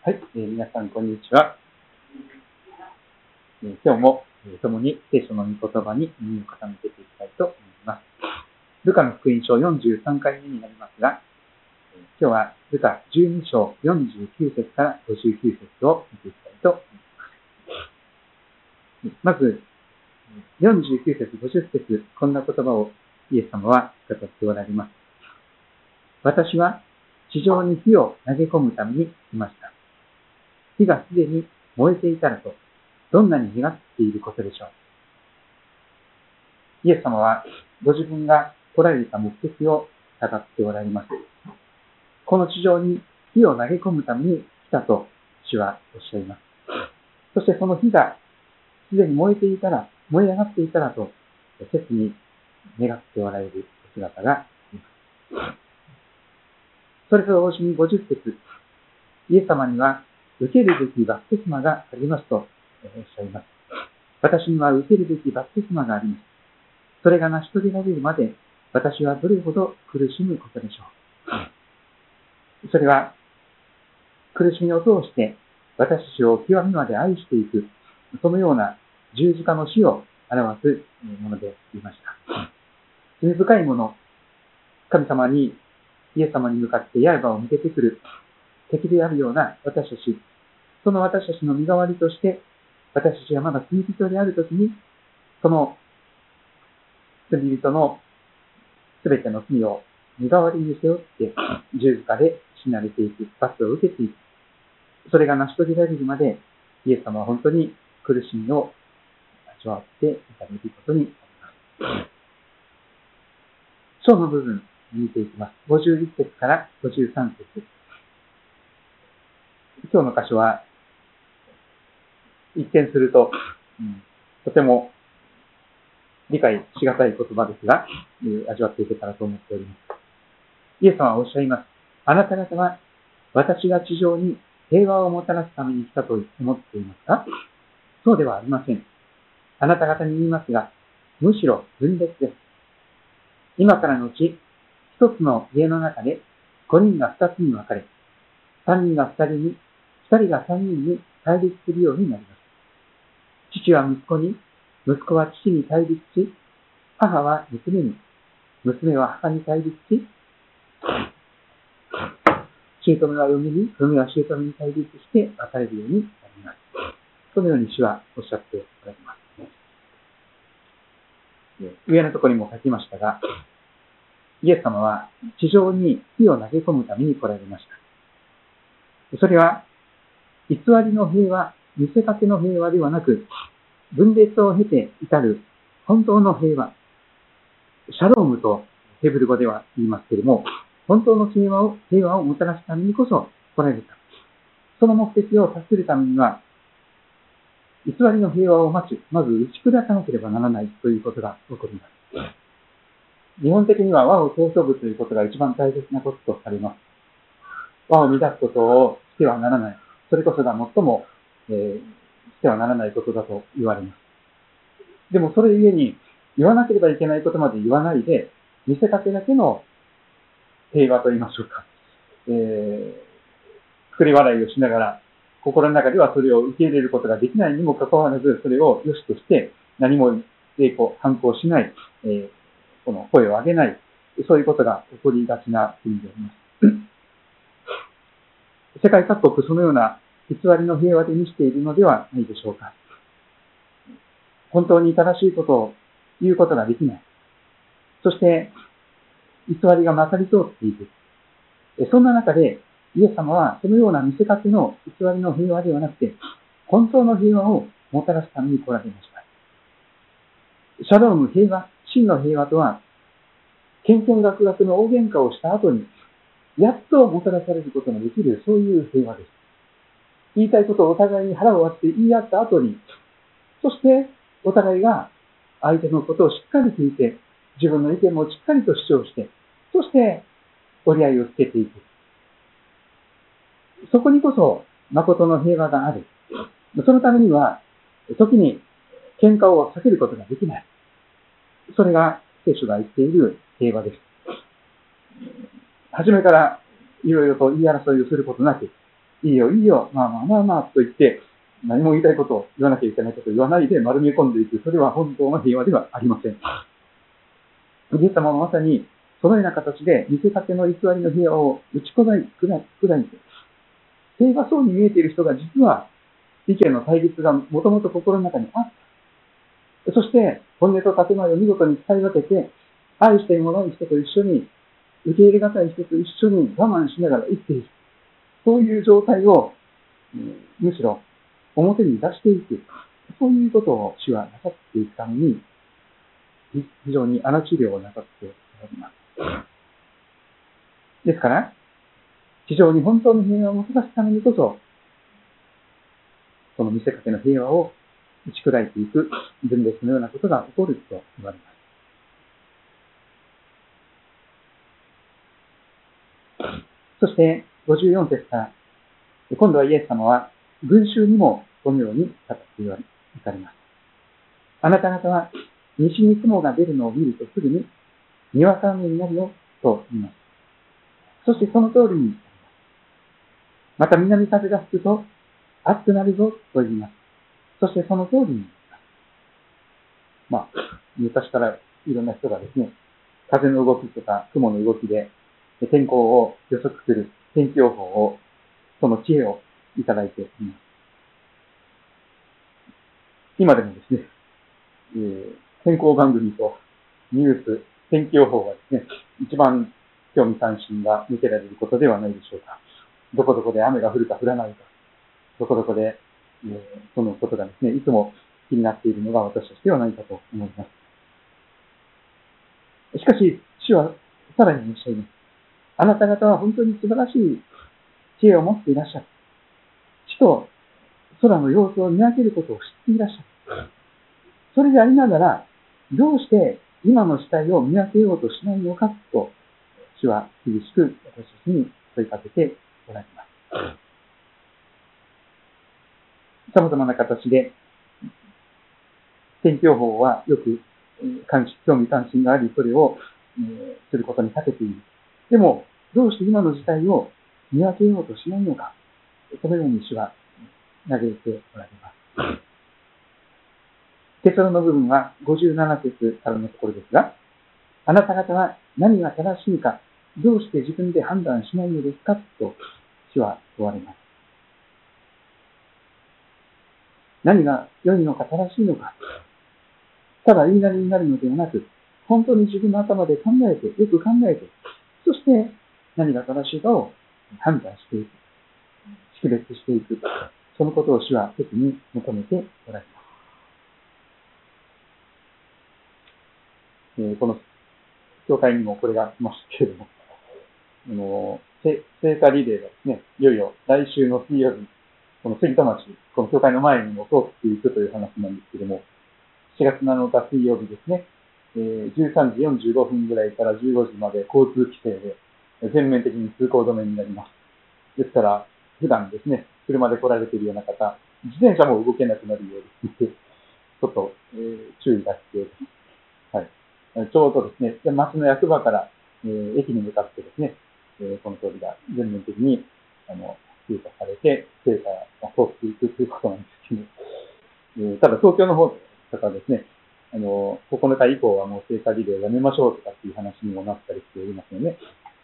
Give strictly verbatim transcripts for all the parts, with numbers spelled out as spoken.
はい、えー、皆さんこんにちは。えー、今日も、えー、共に聖書の御言葉に耳を傾けていきたいと思います。ルカの福音書よんじゅうさんかいめになりますが、えー、今日はルカじゅうに章よんじゅうきゅう節からごじゅうきゅう節を見ていきたいと思います。まず、よんじゅうきゅう節、ごじゅう節、こんな言葉をイエス様は語っておられます。私は地上に火を投げ込むために来ました。火がすでに燃えていたらと、どんなに火がつっていることでしょう。イエス様はご自分が来られた目的を語っておられます。この地上に火を投げ込むために来たと主はおっしゃいます。そしてその火がすでに燃えていたら、燃え上がっていたらと、切に願っておられる姿があります。それと同時にごじゅう節、イエス様には受けるべきバプテスマがありますとおっしゃいます。私には受けるべきバプテスマがあります。それが成し遂げられるまで、私はどれほど苦しむことでしょう。それは、苦しみを通して私たちを極みまで愛していく、そのような十字架の死を表すものでありました。罪深いもの、神様に、イエス様に向かって刃を向けてくる敵であるような私たち、その私たちの身代わりとして、私たちがまだ罪人であるときに、その罪人のすべての罪を身代わりに背負って十字架で死なれていく、罰を受けていく。それが成し遂げられるまで、イエス様は本当に苦しみを味わっていただけることになります。章の部分に見ていきます。ごじゅういち節からごじゅうさん節。今日の箇所は、一見すると、うん、とても理解しがたい言葉ですが、味わっていけたらと思っております。イエス様はおっしゃいます。あなた方は私が地上に平和をもたらすために来たと思っていますか？そうではありません。あなた方に言いますが、むしろ分裂です。今からのうち、一つの家の中で五人が二つに分かれ、三人が二人に、二人が三人に対立するようになります。父は息子に、息子は父に対立し、母は娘に、娘は母に対立し、姑は嫁に、嫁は姑に対立して分かれるようになります。そのように主はおっしゃっておられます。上のところにも書きましたが、イエス様は地上に火を投げ込むために来られました。それは、偽りの平和、見せかけの平和ではなく、分裂を経て至る本当の平和、シャロームとヘブル語では言いますけれども、本当の平和を、平和をもたらすためにこそ来られた。その目的を達するためには、偽りの平和をまず、まず打ち砕かなければならないということが起こります。日本的には和を尊ぶということが一番大切なこととされます。和を乱すことをしてはならない。それこそが最も、えー、してはならないことだと言われます。でもそれゆえに、言わなければいけないことまで言わないで、見せかけだけの平和と言いましょうか。えー、作り笑いをしながら、心の中ではそれを受け入れることができないにもかかわらず、それを良しとして、何も抵抗、反抗しない、えー、この声を上げない、そういうことが起こりがちな国であります。世界各国そのような偽りの平和で満ちているのではないでしょうか。本当に正しいことを言うことができない。そして、偽りがまかり通っていく。そんな中で、イエス様はそのような見せかけの偽りの平和ではなくて、本当の平和をもたらすために来られました。シャローム、平和、真の平和とは、献献学学の大喧嘩をした後に、やっともたらされることができる、そういう平和です。言いたいことをお互いに腹を割って言い合った後に、そしてお互いが相手のことをしっかり聞いて、自分の意見もしっかりと主張して、そして折り合いをつけていく。そこにこそ誠の平和がある。そのためには、時に喧嘩を避けることができない。それが聖書が言っている平和です。初めからいろいろと言い争いをすることなく、 いいよいいよ、まあまあまあまあと言って、何も言いたいことを言わなきゃいけないことを言わないで丸め込んでいく。それは本当の平和ではありません。イエス様はまさにそのような形で見せかけの偽りの平和を打ち砕いて、砕いて、平和そうに見えている人が実は意見の対立がもともと心の中にあった。そして本音と建前を見事に使い分けて、愛してもない人と一緒に、受け入れがたい人と一緒に我慢しながら生きている。そういう状態を、むしろ表に出していく。そういうことを主はなさっていくために、非常に荒治療をなさっております。ですから、非常に本当の平和をもたらすためにこそ、その見せかけの平和を打ち砕いていく分裂のようなことが起こると言われます。そして、ごじゅうよん節から、今度はイエス様は、群衆にもこのように語って言われます。あなた方は、西に雲が出るのを見るとすぐに、にわか雨になるよと言います。そしてその通りに、また南風が吹くと、暑くなるぞと言います。そしてその通りに言います。まあ、昔からいろんな人がですね、風の動きとか雲の動きで天候を予測する天気予報を、その知恵をいただいています。今でもですね、えー、天候番組とニュース、天気予報がですね、一番興味関心が向けられることではないでしょうか。どこどこで雨が降るか降らないか、どこどこで、えー、そのことがですね、いつも気になっているのが私としては何かと思います。しかし、主はさらにおっしゃいます。あなた方は本当に素晴らしい知恵を持っていらっしゃる。地と空の様子を見分けることを知っていらっしゃる。それでありながら、どうして今の事態を見分けようとしないのかと、主は厳しく私たちに問いかけておられます。様々な形で、天気予報はよく興味関心があり、それをすることに長けている。でも、どうして今の事態を見分けようとしないのか、そのように主は嘆いておられます。結論の部分はごじゅうなな節からのところですが、あなた方は何が正しいか、どうして自分で判断しないのですかと主は問われます。何が良いのか正しいのか、ただ言いなりになるのではなく、本当に自分の頭で考えて、よく考えて、そして何が正しいかを判断していく、識別していく、そのことを主は特に求めておられます。えー、この教会にもこれが来ましたけれども、あの聖火リレーがですね、いよいよ来週の水曜日、この杉田町、この教会の前にも通っていくという話なんですけれども、しがつなのか水曜日ですね、えー、じゅうさんじよんじゅうごふんぐらいからじゅうごじまで交通規制で全面的に通行止めになります。ですから、普段ですね、車で来られているような方、自転車も動けなくなるようですので、ちょっと、えー、注意が必要です。はい。ちょうどですね、町の役場から、えー、駅に向かってですね、えー、この通りが全面的に、あの、通過されて、聖火が通っていくということなんですけど、えー、ただ東京の方とかですね、あの、ここのか以降はもう聖火リレーをやめましょうとかっていう話にもなったりしておりますよね。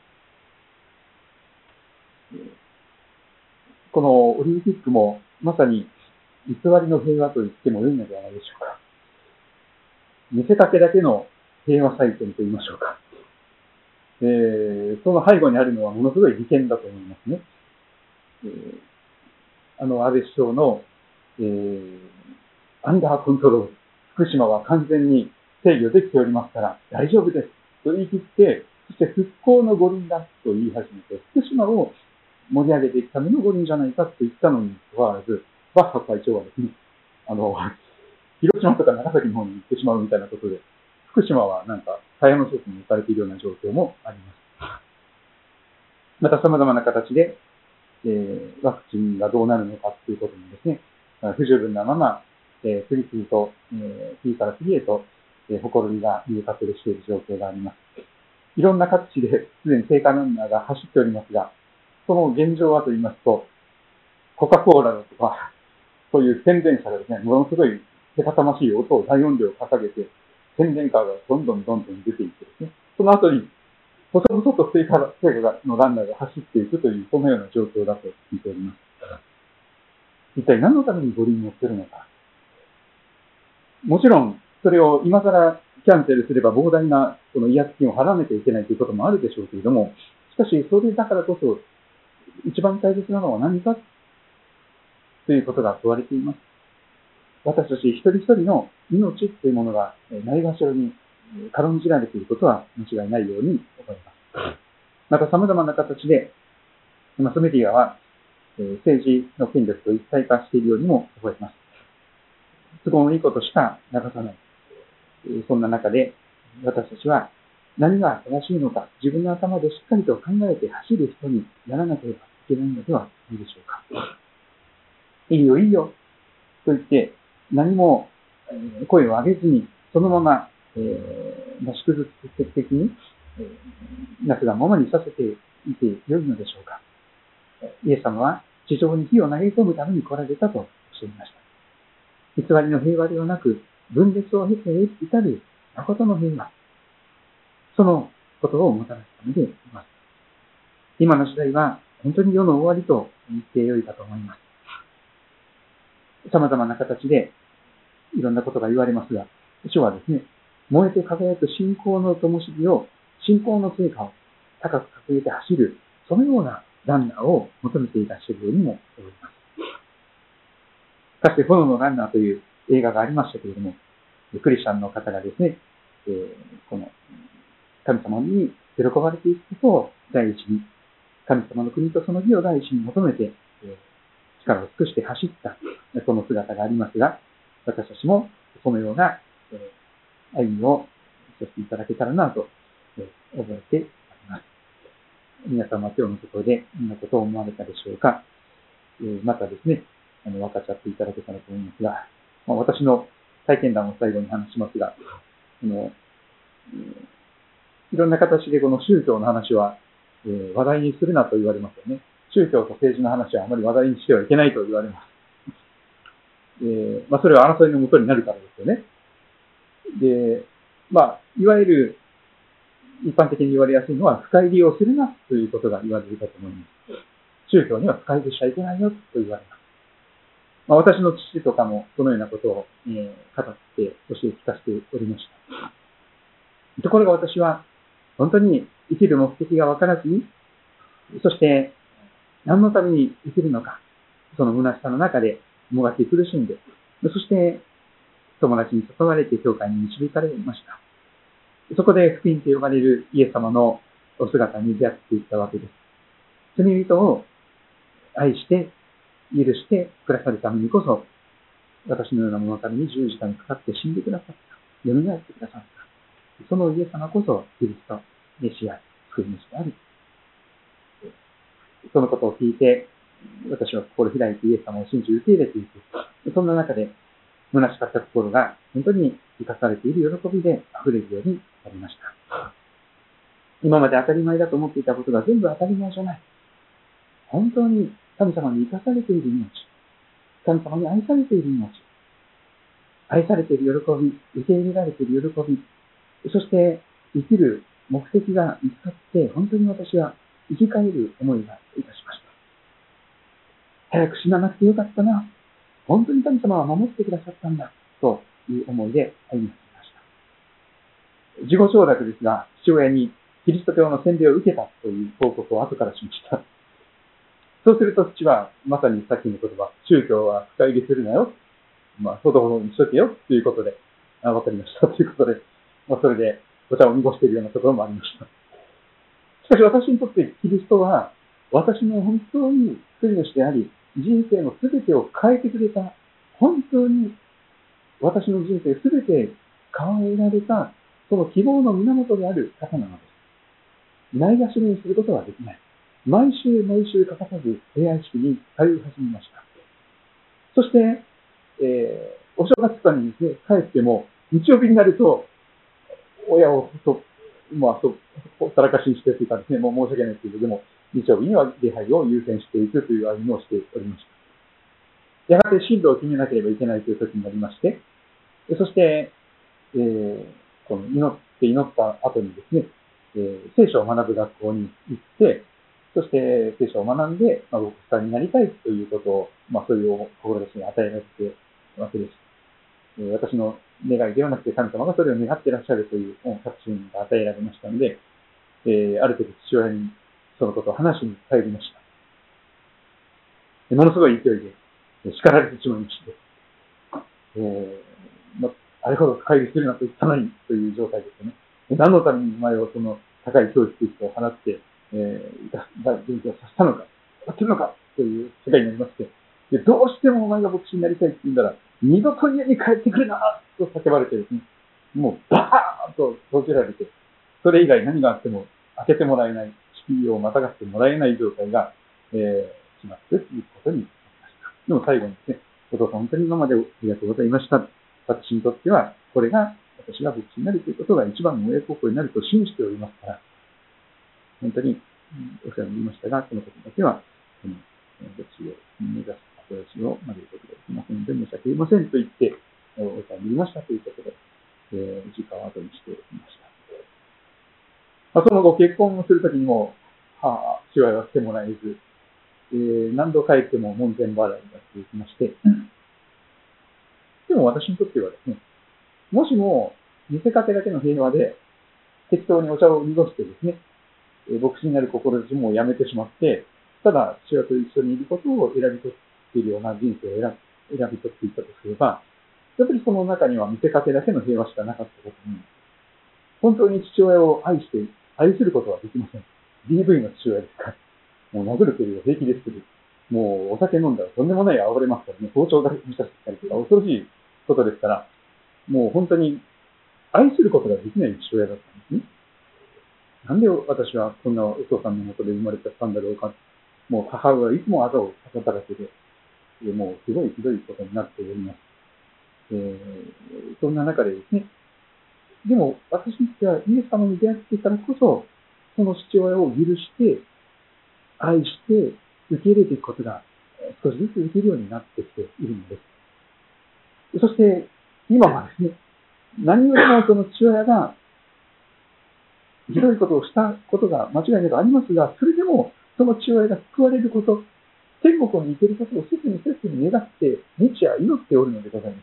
このオリンピックもまさに偽りの平和と言っても良いのではないでしょうか。見せかけだけの平和祭典と言いましょうか。えー、その背後にあるのはものすごい利権だと思いますね。えー、あの安倍首相の、えー、アンダーコントロール、福島は完全に制御できておりますから大丈夫ですと言い切って、そして復興の五輪だと言い始めて、福島を盛り上げていくための五輪じゃないかと言ったのにかかわらず、バッハ会長はですね、あの、広島とか長崎の方に行ってしまうみたいなことで、福島はなんか、蚊帳の外に置かれているような状況もあります。また様々な形で、えー、ワクチンがどうなるのかということもですね、不十分なまま、えー、次々と、えー、次から次へと、えー、ほころびが見え隠れしている状況があります。いろんな各地ですでに聖火ランナーが走っておりますが、その現状はと言いますと、 コカ・コーラだとか、そういう宣伝車がですね、ものすごい手堅ましい音を大音量を掲げて、宣伝カーがどんどんどんどん出ていってですね、その後に、細々と聖火のランナーが走っていくという、そのような状況だと聞いております。一体何のために五輪をするのか。もちろん、それを今更キャンセルすれば膨大なこの違約金を払わなきゃいけないということもあるでしょうけれども、しかし、それだからこそ、一番大切なのは何かということが問われています。私たち一人一人の命というものがないがしろに軽んじられていることは間違いないように思います。また様々な形で、マスメディアは政治の権力と一体化しているようにも思います。都合のいいことしか流さない。そんな中で私たちは何が正しいのか、自分の頭でしっかりと考えて走る人にならなければいけないのではないでしょうか。いいよいいよと言って何も声を上げずにそのまま、えー、なし崩す的に、えー、なすがままにさせていてよいのでしょうか。イエス様は地上に火を投げ込むために来られたとおっしゃいました。偽りの平和ではなく、分裂を経て至る誠の平和。そのことをもたらすためでいます。今の時代は本当に世の終わりと言ってよいかと思います。様々な形でいろんなことが言われますが、主はですね、燃えて輝く信仰の灯火を、信仰の成果を高く掲げて走る、そのようなランナーを求めていらっしゃるようにも思います。かつて炎のランナーという映画がありましたけれども、クリスチャンの方がですね、えー、この神様に喜ばれていくことを第一に、神様の国とその義を第一に求めて、えー、力を尽くして走ったその姿がありますが、私たちもそのような、えー、歩みをさせていただけたらなと、えー、覚えております。皆様今日のところでどんなことを思われたでしょうか。えー、またですね、あの分かっちゃっていただけたらと思いますが、まあ、私の体験談を最後に話しますが、あのいろんな形でこの宗教の話は、えー、話題にするなと言われますよね。宗教と政治の話はあまり話題にしてはいけないと言われます。えーまあ、それは争いのもとになるからですよね。で、まあ、いわゆる一般的に言われやすいのは、深入りをするなということが言われるかと思います。宗教には深入りしちゃいけないよと言われます。まあ、私の父とかもそのようなことを、えー、語って教え聞かせておりました。ところが私は、本当に生きる目的が分からずに、そして何のために生きるのか、その虚しさの中でもがき苦しんで、そして友達に誘われて教会に導かれました。そこで福音と呼ばれるイエス様のお姿に出会っていったわけです。罪人を愛して許してくださるためにこそ、私のような者のために十字架にかかって死んでくださった。蘇ってくださった。そのイエス様こそキリスト、メシア、救い主である。そのことを聞いて、私は心開いてイエス様を信じ受け入れていく。そんな中で、虚しかった心が本当に生かされている喜びで溢れるようになりました。今まで当たり前だと思っていたことが全部当たり前じゃない。本当に神様に生かされている命。神様に愛されている命。愛されている喜び、受け入れられている喜び。そして生きる目的が見つかって、本当に私は生き返る思いがいたしました。早く死ななくてよかったな。本当に神様は守ってくださったんだ。という思いで歩み始めました。自己承諾ですが、父親にキリスト教の洗礼を受けたという報告を後からしました。そうすると父は、まさにさっきの言葉、宗教は深入りするなよ。まあ、ほどほどにしとけよ。ということで、あ、わかりました。ということで、まあ、それでお茶を濁しているようなところもありました。しかし私にとってキリストは、私の本当に救い主であり、人生のすべてを変えてくれた、本当に私の人生すべて変えられた、その希望の源である方なのです。ないがしろにすることはできない。毎週毎週欠かさず礼拝式に通い始めました。そして、えー、お正月間にですね、帰っても、日曜日になると、親をそ、まあ、そ、ほったらかしにしてというかですね、もう申し訳ないですけど、でも、日曜日には礼拝を優先していくという歩みをしておりました。 やがて進路を決めなければいけないという時になりまして、そして、えー、この祈って祈った後にですね、えー、聖書を学ぶ学校に行って、そして聖書を学んで、まあ、牧師さんになりたいということを、まあ、そういう志に与えられているわけです。えー、私の願いではなくて神様がそれを願っていらっしゃるという確信が与えられましたので、えー、ある時父親にそのことを話しに帰りました。ものすごい勢いで叱られてしまいまして、えーまあ、あれほど深入りするなと言ったのにという状態ですよね。何のためにお前をその高い教育費を払って、えー、勉強させたのか、やってるのかという世界になりまして、でどうしてもお前が牧師になりたいって言うんだら、二度と家に帰ってくるなと叫ばれてですね、もうバーンと閉じられて、それ以外何があっても開けてもらえない、敷居をまたがってもらえない状態が、えー、決まってということになりました。でも最後にですね、お父さん本当に今までありがとうございました。私にとっては、これが私が牧師になるということが一番の親孝行になると信じておりますから、本当にお世話になりましたが、このことだけは、この牧師を目指す私を曲げることができませんので、申し訳ありませんと言って、お世話になりましたということで、えー、時間を後にしていました。まあ、その後、結婚をするときにも、はあ、父親はしてもらえず、えー、何度帰っても門前払いが続きまして、でも私にとってはですね、もしも見せかけだけの平和で適当にお茶を濁してですね、えー、牧師になる志もやめてしまって、ただ父親と一緒にいることを選び取っているような人生を選び、選び取っていったとすれば、やっぱりその中には見せかけだけの平和しかなかったことに、本当に父親を愛して、愛することはできません。ディーブイ の父親ですから。もう殴る蹴りを平気でする。もうお酒飲んだらとんでもない暴れますからね、包丁だけ見させたりとか恐ろしいことですから、もう本当に愛することができない父親だったんですね。なんで私はこんなお父さんのもとで生まれたんだろうか。もう母親はいつもあざをかただけで、もうすごいひどいことになっております。えー、そんな中でですね、でも私にとってはイエス様に出会ってからこそ、その父親を許して、愛して受け入れていくことが少しずつできるようになってきているのです。そして今はですね、何よりもその父親がひどいことをしたことが間違いなくありますが、それでもその父親が救われること、天国に行けることを切に切に願って日夜祈っておるのでございます。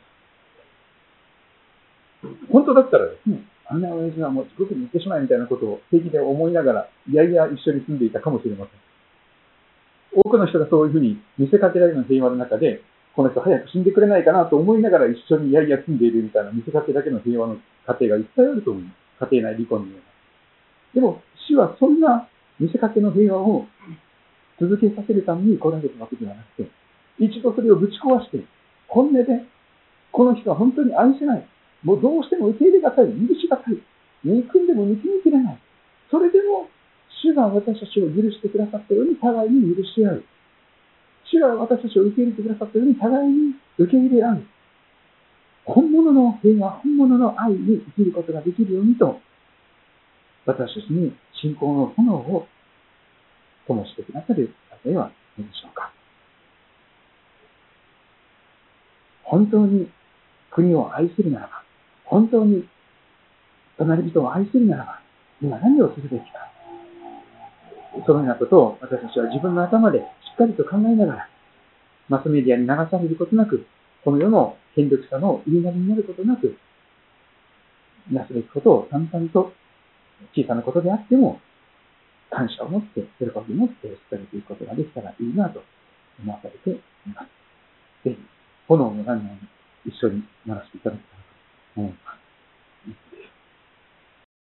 本当だったらですね、あんな親父はもう地獄に行ってしまえみたいなことを平気で思いながら、いやいや一緒に住んでいたかもしれません。多くの人がそういうふうに見せかけられる平和の中で、この人早く死んでくれないかなと思いながら一緒にいやいや住んでいるみたいな見せかけだけの平和の過程がいっぱいあると思います。家庭内離婚のような。でも、死はそんな見せかけの平和を続けさせるために来られるわけではなくて、一度それをぶち壊して、本音で、この人は本当に愛せない。もうどうしても受け入れがたい。許しがたい。憎んでも抜きに切れない。それでも、主が私たちを許してくださったように互いに許し合う。主が私たちを受け入れてくださったように互いに受け入れ合う。本物の平和、本物の愛に生きることができるようにと、私たちに信仰の炎を灯してくださる方ではないでしょうか。本当に国を愛するならば、本当に隣人を愛するならば、今何をするべきか。そのようなことを私たちは自分の頭でしっかりと考えながら、マスメディアに流されることなく、この世の権力者の言いなりになることなく、なすべきことを淡々と小さなことであっても、感謝を持って、喜びを持って伝えていくことができたらいいなと思わされています。ぜひ、炎のランナーに一緒にならせていただきたいと思います。